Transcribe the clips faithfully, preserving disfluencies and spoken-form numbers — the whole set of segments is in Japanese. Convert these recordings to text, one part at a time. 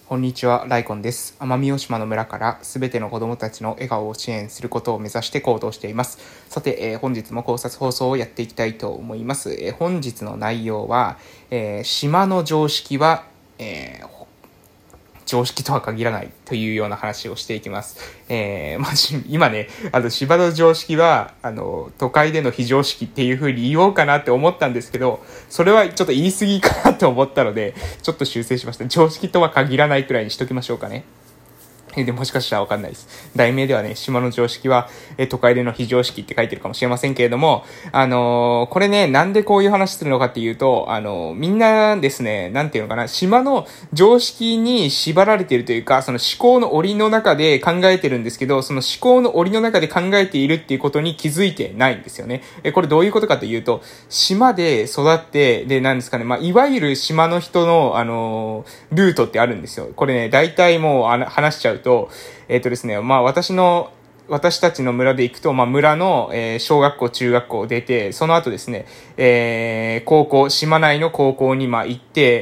こんにちは、ライコンです。奄美大島の村からすべての子どもたちの笑顔を支援することを目指して行動しています。さて、えー、本日も考察放送をやっていきたいと思います。えー、本日の内容は、えー、島の常識は、えー常識とは限らないというような話をしていきます。えー、まあ、今ね、あの、島の常識は、あの、都会での非常識っていう風に言おうかなって思ったんですけど、それはちょっと言い過ぎかなと思ったので、ちょっと修正しました。常識とは限らないくらいにしときましょうかね。で、もしかしたらわかんないです。題名ではね、島の常識は、え、都会での非常識って書いてるかもしれませんけれども、あのー、これね、なんでこういう話するのかっていうと、あのー、みんなですね、なんていうのかな、島の常識に縛られているというか、その思考の檻の中で考えてるんですけど、その思考の檻の中で考えているっていうことに気づいてないんですよね。え、これどういうことかというと、島で育って、で、なんですかね、まあ、いわゆる島の人の、あのー、ルートってあるんですよ。これね、大体もう、あの、話しちゃうと、えっとですね、まあ私の、私たちの村で行くと、まあ村の、えー、小学校、中学校を出て、その後ですね、えー、高校、島内の高校にまあ行って、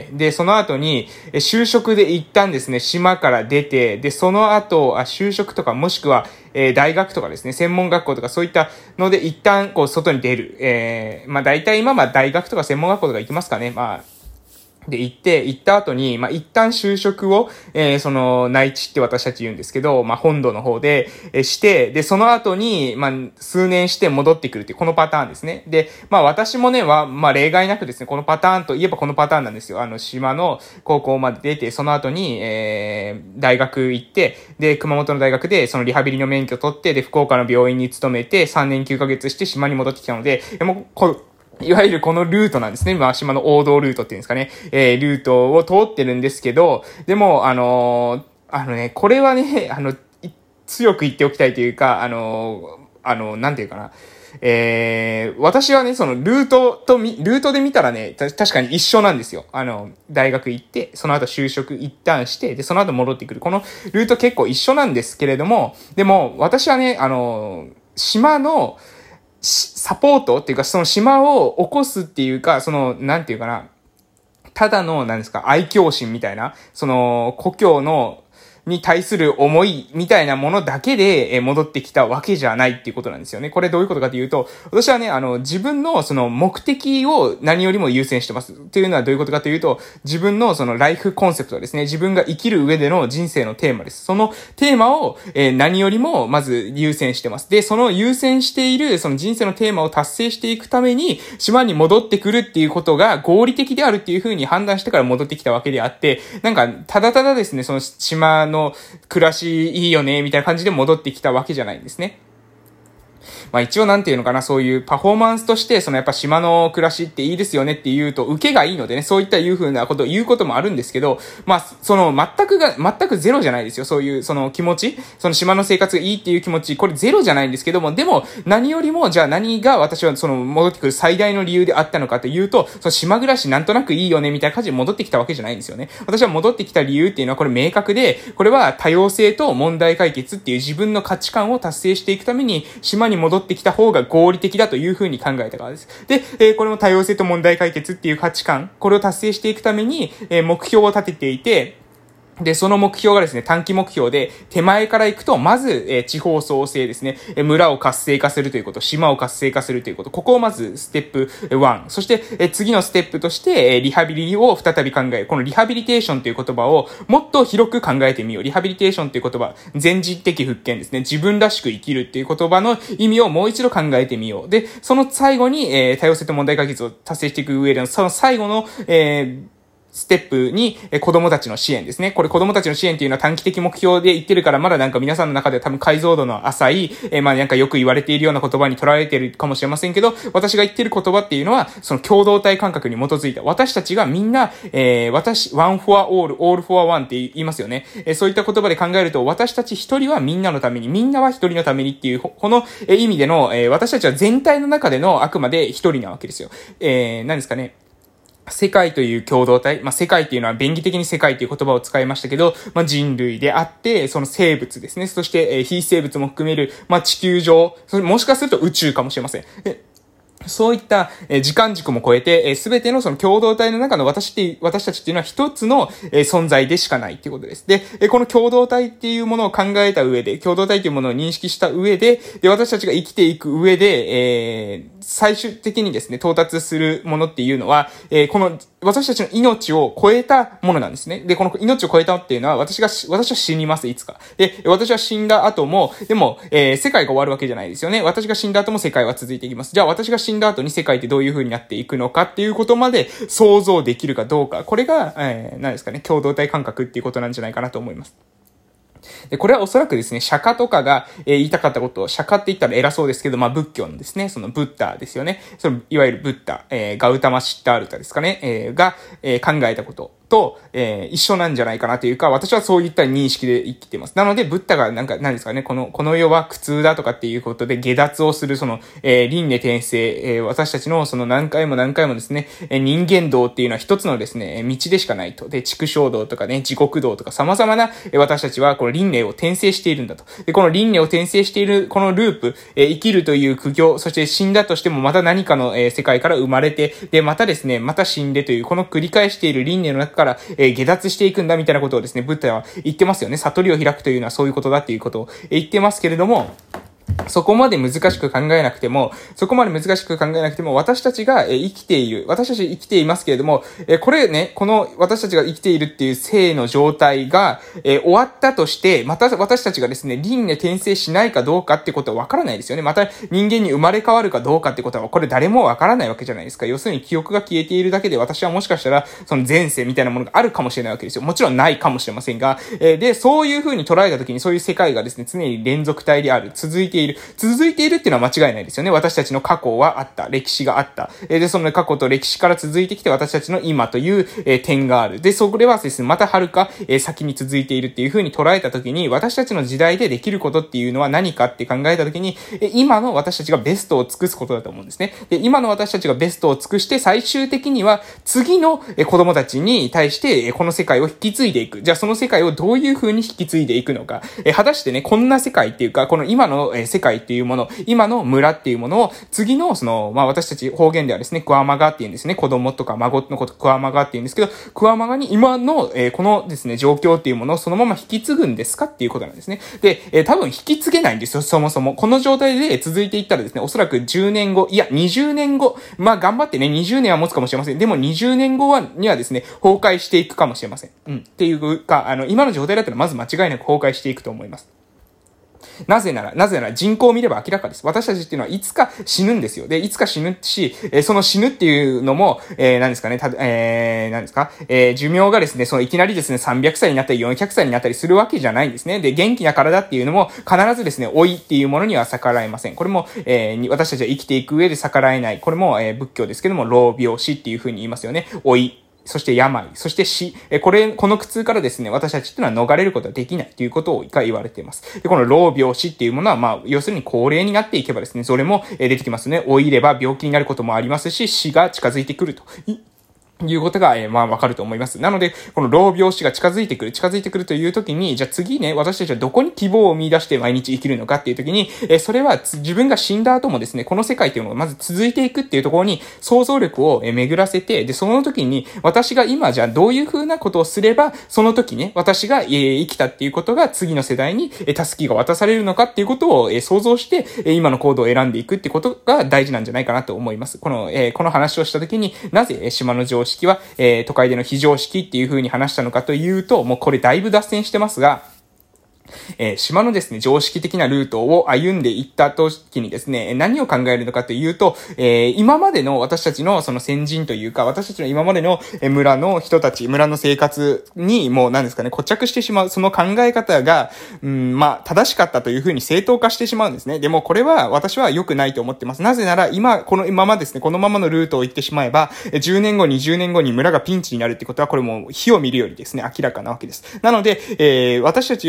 で、その後に、えー、就職で一旦ですね、島から出て、で、その後、あ、就職とかもしくは、えー、大学とかですね、専門学校とかそういったので一旦こう外に出る。えー、まあ大体今は大学とか専門学校とか行きますかね。まあ、で、行って、行った後に、まあ、一旦就職を、えー、その、内地って私たち言うんですけど、まあ、本土の方で、えー、して、で、その後に、まあ、数年して戻ってくるっていう、このパターンですね。で、まあ、私もね、は、まあ、例外なくですね、このパターンといえばこのパターンなんですよ。あの、島の高校まで出て、その後に、えー、大学行って、で、熊本の大学で、そのリハビリの免許取って、で、福岡の病院に勤めて、さんねんきゅうかげつして島に戻ってきたので、もう、こいわゆるこのルートなんですね。まあ、島の王道ルートっていうんですかね。えー、ルートを通ってるんですけど、でも、あのー、あのね、これはね、あの、強く言っておきたいというか、あのー、あの、なんていうかな。えー、私はね、そのルートとみ、ルートで見たらね、た、確かに一緒なんですよ。あの、大学行って、その後就職一旦して、で、その後戻ってくる。このルート結構一緒なんですけれども、でも、私はね、あの、島の、サポートっていうか、その島を起こすっていうか、その、なんていうかな、ただの、なんですか、愛嬌心みたいな、その、故郷の、に対する思いみたいなものだけで戻ってきたわけじゃないっていうことなんですよね。これどういうことかというと、私はね、あの、自分のその目的を何よりも優先してます。っていうのはどういうことかというと、自分のそのライフコンセプトですね。自分が生きる上での人生のテーマです。そのテーマを、えー、何よりもまず優先してます。で、その優先しているその人生のテーマを達成していくために、島に戻ってくるっていうことが合理的であるっていうふうに判断してから戻ってきたわけであって、なんか、ただただですね、その島のの暮らしいいよねみたいな感じで戻ってきたわけじゃないんですね。まあ一応なんていうのかな、そういうパフォーマンスとして、そのやっぱ島の暮らしっていいですよねって言うと、受けがいいのでね、そういったいう風なことを言うこともあるんですけど、まあ、その全くが、全くゼロじゃないですよ。そういう、その気持ち、その島の生活がいいっていう気持ち、これゼロじゃないんですけども、でも何よりも、じゃあ何が私はその戻ってくる最大の理由であったのかというと、その島暮らしなんとなくいいよねみたいな感じで戻ってきたわけじゃないんですよね。私は戻ってきた理由っていうのはこれ明確で、これは多様性と問題解決っていう自分の価値観を達成していくために、島に戻ってきた方が合理的だというふうに考えたからです。で、えー、これも多様性と問題解決っていう価値観、これを達成していくために、えー、目標を立てていて、で、その目標がですね、短期目標で、手前から行くと、まず、えー、地方創生ですね、えー、村を活性化するということ、島を活性化するということ、ここをまず、ステップいち。そして、えー、次のステップとして、えー、リハビリを再び考える。このリハビリテーションという言葉を、もっと広く考えてみよう。リハビリテーションという言葉、全人的復権ですね。自分らしく生きるっていう言葉の意味をもう一度考えてみよう。で、その最後に、えー、多様性と問題解決を達成していく上での、その最後の、えー、ステップに、え、子供たちの支援ですね。これ子供たちの支援っていうのは短期的目標で言ってるから、まだなんか皆さんの中では多分解像度の浅い、え、まあなんかよく言われているような言葉に捉えているかもしれませんけど、私が言ってる言葉っていうのは、その共同体感覚に基づいた。私たちがみんな、えー、私、one for all, all for one って言いますよね。えー、そういった言葉で考えると、私たち一人はみんなのために、みんなは一人のためにっていう、この、えー、意味での、えー、私たちは全体の中でのあくまで一人なわけですよ。えー、何ですかね。世界という共同体、まあ、世界っていうのは便宜的に世界という言葉を使いましたけど、まあ、人類であって、その生物ですね。そして、えー、非生物も含める、まあ、地球上、それもしかすると宇宙かもしれません。 そういった、えー、時間軸も超えて、す、えー、べてのその共同体の中の私って、私たちっていうのは一つの、えー、存在でしかないっていうことです。で、えー、この共同体っていうものを考えた上で、共同体というものを認識した上で、で、私たちが生きていく上で、えー、最終的にですね、到達するものっていうのは、えー、この、私たちの命を超えたものなんですね。で、この命を超えたっていうのは、私が、私は死にます、いつか。で、私は死んだ後も、でも、えー、世界が終わるわけじゃないですよね。私が死んだ後も世界は続いていきます。じゃあ、私が死んだ後に世界ってどういう風になっていくのかっていうことまで想像できるかどうか。これが、えー、何ですかね、共同体感覚っていうことなんじゃないかなと思います。で、これはおそらくですね、釈迦とかが、えー、言いたかったことを、釈迦って言ったら偉そうですけど、まあ仏教のですね、そのブッダですよね。その、いわゆるブッダ、えー、ガウタマシッタールタですかね、えー、が、えー、考えたこと。と、えー、一緒なんじゃないかなというか、私はそういった認識で生きています。なので、ブッダがなんか、何ですかね、この、この世は苦痛だとかっていうことで下脱をする、その、えー、輪廻転生、えー、私たちのその何回も何回もですね、えー、人間道っていうのは一つのですね、道でしかないと。で、畜生道とかね、地獄道とか様々な、えー、私たちはこの輪廻を転生しているんだと。で、この輪廻を転生している、このループ、えー、生きるという苦行、そして死んだとしてもまた何かの、えー、世界から生まれて、で、またですね、また死んでという、この繰り返している輪廻の中から、えー、下脱していくんだみたいなことをですね、ブッダは言ってますよね。悟りを開くというのはそういうことだっていうことを言ってますけれども、そこまで難しく考えなくても、そこまで難しく考えなくても、私たちが生きている、私たち生きていますけれども、これね、この私たちが生きているっていう生の状態が終わったとして、また私たちがですね、輪廻転生しないかどうかってことはわからないですよね。また人間に生まれ変わるかどうかってことは、これ誰もわからないわけじゃないですか。要するに記憶が消えているだけで、私はもしかしたら、その前世みたいなものがあるかもしれないわけですよ。もちろんないかもしれませんが、で、そういう風に捉えたときに、そういう世界がですね、常に連続体である、続いている、続いているっていうのは間違いないですよね。私たちの過去はあった。歴史があった。で、その過去と歴史から続いてきて私たちの今という、えー、点がある。で、それはですね、また遥か、えー、先に続いているっていう風に捉えたときに、私たちの時代でできることっていうのは何かって考えたときに、えー、今の私たちがベストを尽くすことだと思うんですね。で、今の私たちがベストを尽くして、最終的には次の、えー、子供たちに対して、えー、この世界を引き継いでいく。じゃあその世界をどういう風に引き継いでいくのか。えー、果たしてね、こんな世界っていうか、この今の、えー、世界っていうもの、今の村っていうものを次のその、まあ私たち方言ではですね、クワマガって言うんですね。子供とか孫のことクワマガって言うんですけど、クワマガに今の、えー、このですね、状況っていうものをそのまま引き継ぐんですかっていうことなんですね。で、えー、多分引き継げないんですよ、そもそも。この状態で続いていったらですね、おそらくじゅうねんご、いや、にじゅうねんご、まあ頑張ってね、にじゅうねんは持つかもしれません。でもにじゅうねんごは、にはですね、崩壊していくかもしれません。うん。っていうか、あの、今の状態だったらまず間違いなく崩壊していくと思います。なぜなら、なぜなら人口を見れば明らかです。私たちっていうのはいつか死ぬんですよ。で、いつか死ぬし、えー、その死ぬっていうのも、えー、何ですかね、た、えー、何ですか、えー、寿命がですね、そのいきなりですね、さんびゃくさいになったりよんひゃくさいになったりするわけじゃないんですね。で、元気な体っていうのも必ずですね、老いっていうものには逆らえません。これも、えー、私たちは生きていく上で逆らえない。これも、えー、仏教ですけども、老病死っていう風に言いますよね。老い。そして病、そして死、え、これ、この苦痛からですね、私たちっていうのは逃れることはできないということをが言われています。で、この老病死っていうものは、まあ、要するに高齢になっていけばですね、それも出てきますね。老いれば病気になることもありますし、死が近づいてくると。いうことが、えー、まあ、わかると思います。なので、この老病死が近づいてくる、近づいてくるという時に、じゃあ次ね、私たちはどこに希望を見出して毎日生きるのかっていう時に、えー、それは自分が死んだ後もですね、この世界っていうのがまず続いていくっていうところに想像力を巡らせて、で、その時に私が今じゃあどういう風なことをすれば、その時ね、私が、えー、生きたっていうことが次の世代に、えー、タスキが渡されるのかっていうことを、えー、想像して、えー、今の行動を選んでいくってことが大事なんじゃないかなと思います。この、えー、この話をした時に、なぜ、えー、島の常識は、えー都会での非常識っていう風に話したのかというと、もうこれだいぶ脱線してますが、えー、島のですね、常識的なルートを歩んでいった時にですね、何を考えるのかというと、えー、今までの私たちのその先人というか、私たちの今までの村の人たち、村の生活にもう何ですかね、固着してしまう、その考え方が、うん、まあ、正しかったという風に正当化してしまうんですね。でもこれは私は良くないと思ってます。なぜなら今、このままですね、このままのルートを行ってしまえば、じゅうねんご、にじゅうねんごに村がピンチになるってことは、これもう火を見るよりですね、明らかなわけです。なので、えー、私たちは今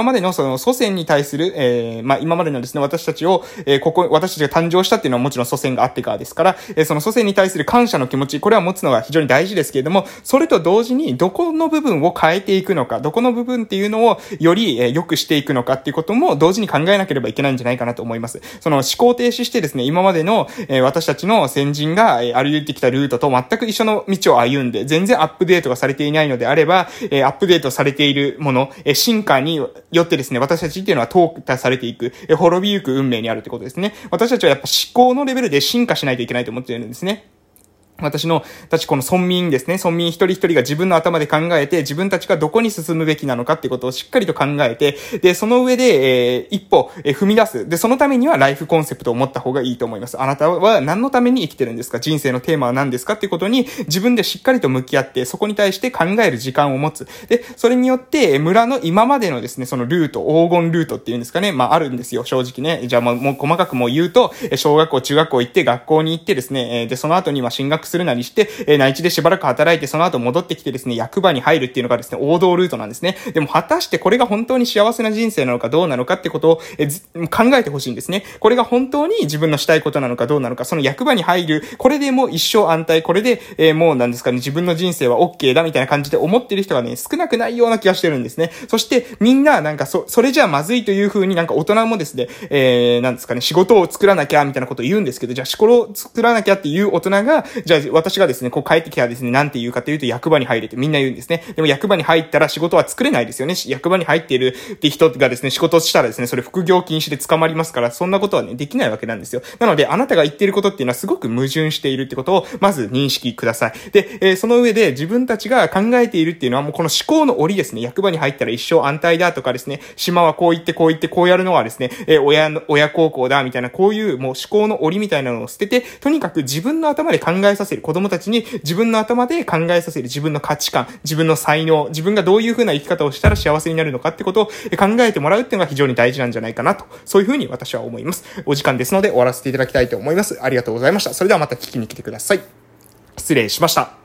今までのその祖先に対する、えー、まあ、今までのですね、私たちを、えー、ここ、私たちが誕生したっていうのはもちろん祖先があってからですから、えー、その祖先に対する感謝の気持ち、これは持つのが非常に大事ですけれども、それと同時にどこの部分を変えていくのか、どこの部分っていうのをより、えー、良くしていくのかっていうことも同時に考えなければいけないんじゃないかなと思います。その思考停止してですね、今までの、えー、私たちの先人が、えー、歩いてきたルートと全く一緒の道を歩んで、全然アップデートがされていないのであれば、えー、アップデートされているもの、えー、進化によってですね、私たちっていうのは淘汰されていく、えー、滅びゆく運命にあるってことですね。私たちはやっぱ思考のレベルで進化しないといけないと思っているんですね。私の、たちこの村民ですね。村民一人一人が自分の頭で考えて、自分たちがどこに進むべきなのかっていうことをしっかりと考えて、で、その上で、えー、一歩、えー、踏み出す。で、そのためにはライフコンセプトを持った方がいいと思います。あなたは何のために生きてるんですか？人生のテーマは何ですかっていうことに自分でしっかりと向き合って、そこに対して考える時間を持つ。で、それによって、村の今までのですね、そのルート、黄金ルートっていうんですかね。まあ、あるんですよ、正直ね。じゃあもう、もう細かくもう言うと、小学校、中学校行って、学校に行ってですね、で、その後には進学するなりして、えー、内地でしばらく働いて、その後戻ってきてですね、役場に入るっていうのがですね、王道ルートなんですね。でも果たしてこれが本当に幸せな人生なのかどうなのかってことを、えー、考えてほしいんですね。これが本当に自分のしたいことなのかどうなのか、その役場に入る、これでもう一生安泰、これで、えー、もうなんですかね、自分の人生は OK だみたいな感じで思ってる人がね、少なくないような気がしてるんですね。そしてみんななんかそ、それじゃまずいという風になんか大人もですね、えー、なんですかね、仕事を作らなきゃみたいなことを言うんですけど、じゃあ仕事を作らなきゃっていう大人が、じゃあ私がですね、こう帰ってきたらですね、なんて言うかというと役場に入れってみんな言うんですね。でも役場に入ったら仕事は作れないですよね。役場に入っているって人がですね、仕事をしたらですね、それ副業禁止で捕まりますから、そんなことはね、できないわけなんですよ。なので、あなたが言っていることっていうのはすごく矛盾しているってことを、まず認識ください。で、えー、その上で自分たちが考えているっていうのはもうこの思考の檻ですね。役場に入ったら一生安泰だとかですね、島はこう言ってこう言ってこうやるのはですね、えー、親の、親孝行だみたいな、こういうもう思考の檻みたいなのを捨てて、とにかく自分の頭で考えさせる。子供たちに自分の頭で考えさせる。自分の価値観、自分の才能、自分がどういう風な生き方をしたら幸せになるのかってことを考えてもらうっていうのが非常に大事なんじゃないかなと、そういう風に私は思います。お時間ですので終わらせていただきたいと思います。ありがとうございました。それではまた聞きに来てください。失礼しました。